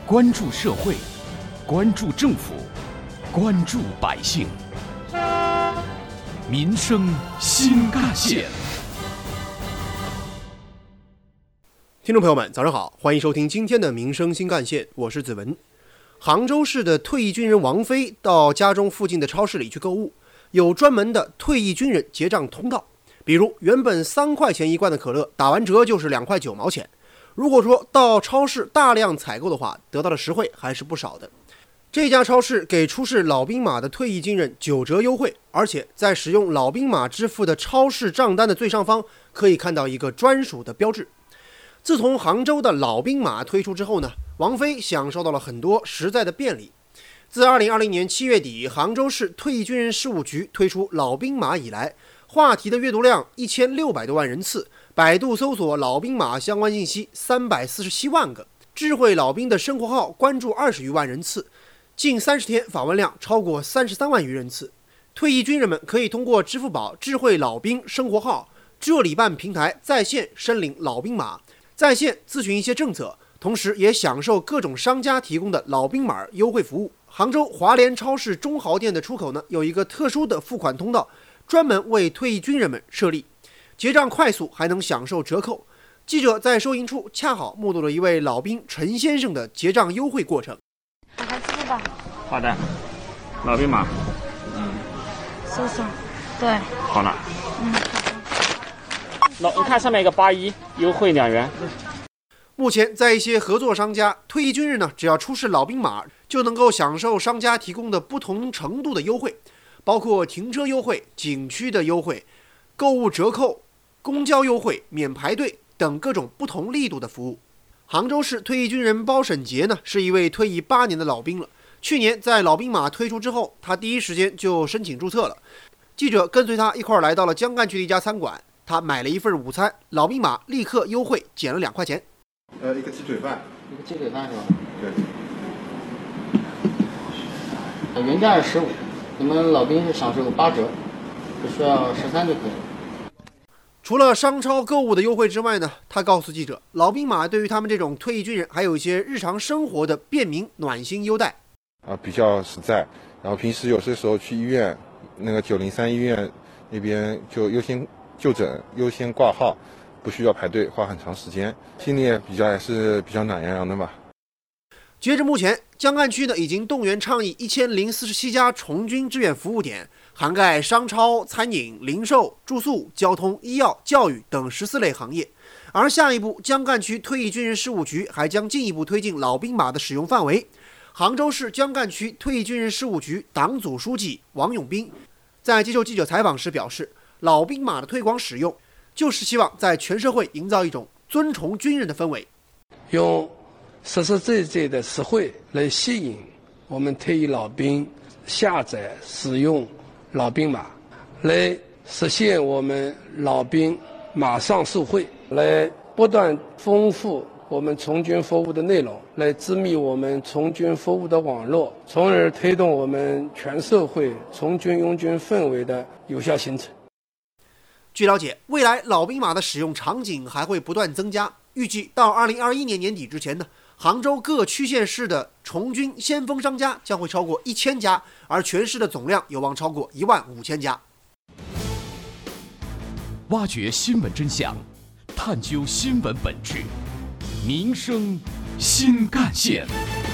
关注社会，关注政府，关注百姓，民生新干线。 听众朋友们，早上好，欢迎收听今天的民生新干线，我是子文。杭州市的退役军人王飞到家中附近的超市里去购物，有专门的退役军人结账通道。比如原本3块钱一罐的可乐，打完折就是2块9毛钱。如果说到超市大量采购的话，得到的实惠还是不少的。这家超市给出示老兵马的退役军人9折优惠，而且在使用老兵马支付的超市账单的最上方可以看到一个专属的标志。自从杭州的老兵马推出之后呢，王飞享受到了很多实在的便利。自2020年7月底，杭州市退役军人事务局推出老兵马以来，话题的阅读量1600多万人次，百度搜索老兵马相关信息347万个，智慧老兵的生活号关注20余万人次，近30天访问量超过33万余人次。退役军人们可以通过支付宝智慧老兵生活号这里办平台在线申领老兵马，在线咨询一些政策，同时也享受各种商家提供的老兵马优惠服务。杭州华联超市中豪店的出口呢，有一个特殊的付款通道，专门为退役军人们设立，结账快速，还能享受折扣。记者在收银处恰好目睹了一位老兵陈先生的结账优惠过程。 打开支付宝。 好的，老兵马。 搜索。对。 好了。你看上面一个81优惠2元。 目前在一些合作商家，退役军人呢，只要出示老兵马，就能够享受商家提供的不同程度的优惠，包括停车优惠、景区的优惠、购物折扣、公交优惠、免排队等各种不同力度的服务。杭州市退役军人包沈杰呢，是一位退役8年的老兵了。去年在老兵马推出之后，他第一时间就申请注册了。记者跟随他一块儿来到了江干区的一家餐馆，他买了一份午餐，老兵马立刻优惠减了2块钱。 一个鸡腿饭。 一个鸡腿饭是吧？ 对。 原价是15，你们老兵是享受8折，只需要13就可以了。 除了商超购物的优惠之外呢，他告诉记者，老兵马对于他们这种退役军人还有一些日常生活的便民暖心优待。 比较实在。然后平时有些时候去医院，那个903医院那边就优先就诊、优先挂号，不需要排队花很长时间，心里也是比较暖洋洋的吧。 截至目前，江干区呢已经动员倡议1047家从军志愿服务点，涵盖商超、餐饮、零售、住宿、交通、医药、教育等14类行业。而下一步，江干区退役军人事务局还将进一步推进老兵马的使用范围。杭州市江干区退役军人事务局党组书记王永斌在接受记者采访时表示，老兵马的推广使用，就是希望在全社会营造一种尊崇军人的氛围， 用实实在在的实惠来吸引我们退役老兵下载使用老兵马，来实现我们老兵马上受惠，来不断丰富我们从军服务的内容，来织密我们从军服务的网络，从而推动我们全社会从军拥军氛围的有效形成。 据了解，未来老兵马的使用场景还会不断增加，预计到2021年年底之前呢，杭州各区县市的从军先锋商家将会超过1000家，而全市的总量有望超过15000家。 挖掘新闻真相，探究新闻本质，民生新干线。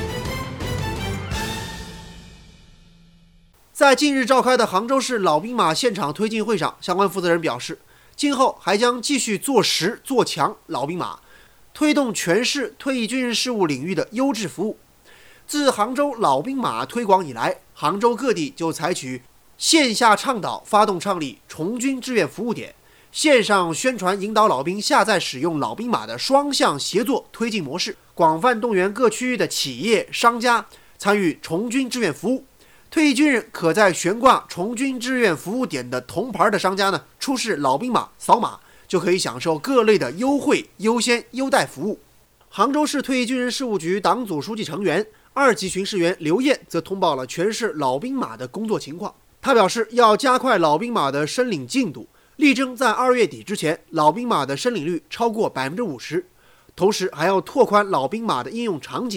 在近日召开的杭州市老兵马现场推进会上，相关负责人表示，今后还将继续做实做强老兵马，推动全市退役军人事务领域的优质服务。自杭州老兵马推广以来，杭州各地就采取线下倡导发动创立从军志愿服务点，线上宣传引导老兵下载使用老兵马的双向协作推进模式，广泛动员各区域的企业商家参与从军志愿服务。退役军人可在悬挂从军志愿服务点的铜牌的商家呢，出示老兵马扫码，就可以享受各类的优惠、优先、优待服务。杭州市退役军人事务局党组书记成员、2级巡视员刘艳则通报了全市老兵马的工作情况。他表示，要加快老兵马的申领进度，力争在2月底之前，老兵马的申领率超过50%。同时，还要拓宽老兵马的应用场景，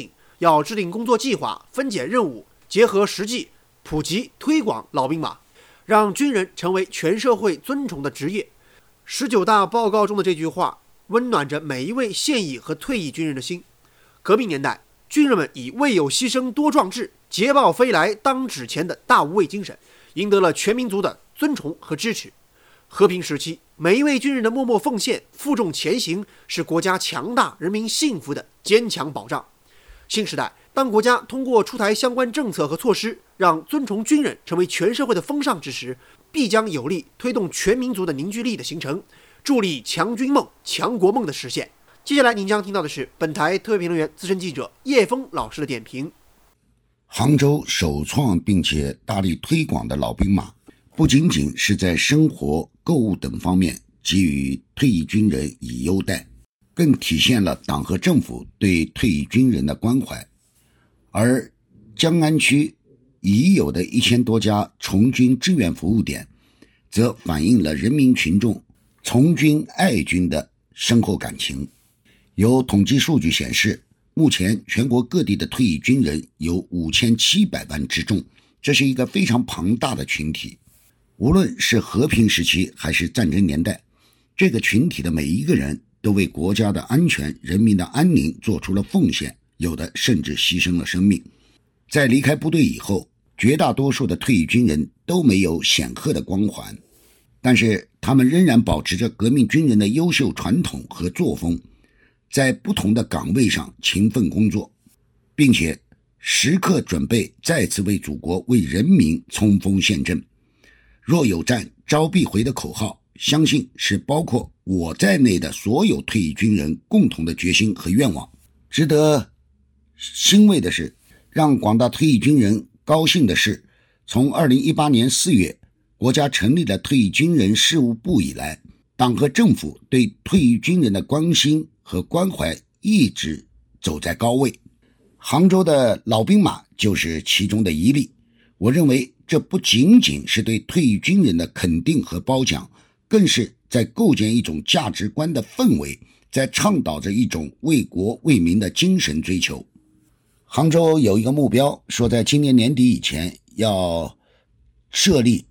要制定工作计划，分解任务，结合实际，普及推广老兵马，让军人成为全社会尊崇的职业。19大报告中的这句话温暖着每一位现役和退役军人的心。革命年代，军人们以未有牺牲多壮志，捷报飞来当指前的大无畏精神，赢得了全民族的尊崇和支持。和平时期，每一位军人的默默奉献、负重前行，是国家强大、人民幸福的坚强保障。新时代，当国家通过出台相关政策和措施，让尊崇军人成为全社会的风尚之时，必将有力推动全民族的凝聚力的形成，助力强军梦、强国梦的实现。接下来您将听到的是本台特别评论员、资深记者叶峰老师的点评。 杭州首创并且大力推广的老兵马，不仅仅是在生活、购物等方面给予退役军人以优待，更体现了党和政府对退役军人的关怀。而江安区已有的1000多家从军志愿服务点，则反映了人民群众从军爱军的深厚感情。有统计数据显示，目前全国各地的退役军人有5700万之众，这是一个非常庞大的群体。无论是和平时期还是战争年代，这个群体的每一个人都为国家的安全、人民的安宁做出了奉献，有的甚至牺牲了生命。在离开部队以后，绝大多数的退役军人都没有显赫的光环，但是他们仍然保持着革命军人的优秀传统和作风，在不同的岗位上勤奋工作，并且时刻准备再次为祖国、为人民冲锋陷阵。若有战，招必回的口号，相信是包括我在内的所有退役军人共同的决心和愿望。值得欣慰的是，让广大退役军人高兴的是，从2018年4月国家成立了退役军人事务部以来，党和政府对退役军人的关心和关怀一直走在高位。杭州的老兵马就是其中的一例。我认为这不仅仅是对退役军人的肯定和褒奖，更是在构建一种价值观的氛围，在倡导着一种为国为民的精神追求。杭州有一个目标，说在今年年底以前要设立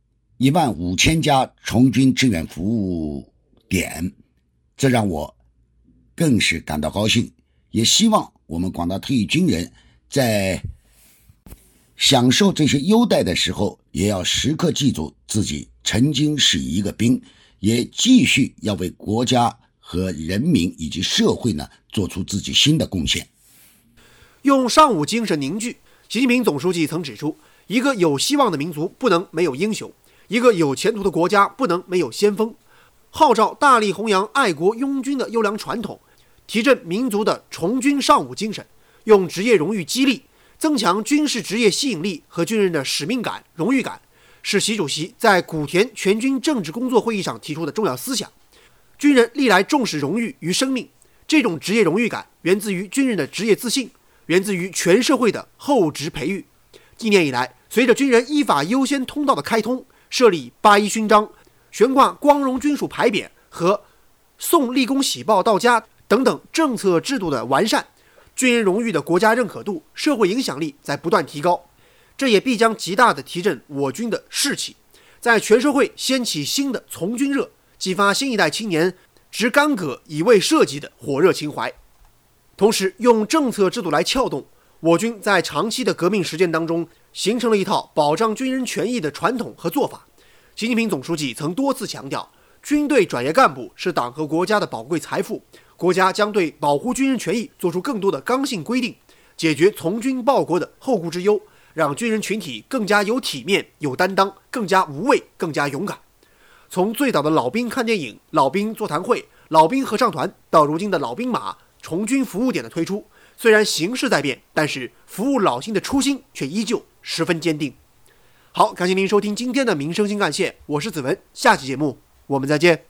15000家从军志愿服务点，这让我更是感到高兴，也希望我们广大退役军人在享受这些优待的时候，也要时刻记住自己曾经是一个兵，也继续要为国家和人民以及社会呢做出自己新的贡献。 用尚武精神凝聚，习近平总书记曾指出，一个有希望的民族不能没有英雄，一个有前途的国家不能没有先锋。号召大力弘扬爱国拥军的优良传统，提振民族的从军尚武精神，用职业荣誉激励，增强军事职业吸引力和军人的使命感、荣誉感，是习主席在古田全军政治工作会议上提出的重要思想。军人历来重视荣誉于生命，这种职业荣誉感源自于军人的职业自信，源自于全社会的厚植培育。今年以来，随着军人依法优先通道的开通，设立8·1勋章、悬挂光荣军属牌匾和送立功喜报到家等等政策制度的完善，军人荣誉的国家认可度、社会影响力在不断提高，这也必将极大地提振我军的士气，在全社会掀起新的从军热，激发新一代青年执干戈以为社稷的火热情怀。同时，用政策制度来撬动，我军在长期的革命实践当中形成了一套保障军人权益的传统和做法。习近平总书记曾多次强调，军队转业干部是党和国家的宝贵财富，国家将对保护军人权益做出更多的刚性规定，解决从军报国的后顾之忧，让军人群体更加有体面、有担当，更加无畏、更加勇敢。从最早的老兵看电影、老兵座谈会、老兵合唱团，到如今的老兵马从军服务点的推出，虽然形势在变，但是服务老心的初心却依旧十分坚定。好，感谢您收听今天的民生新干线，我是子文，下期节目我们再见。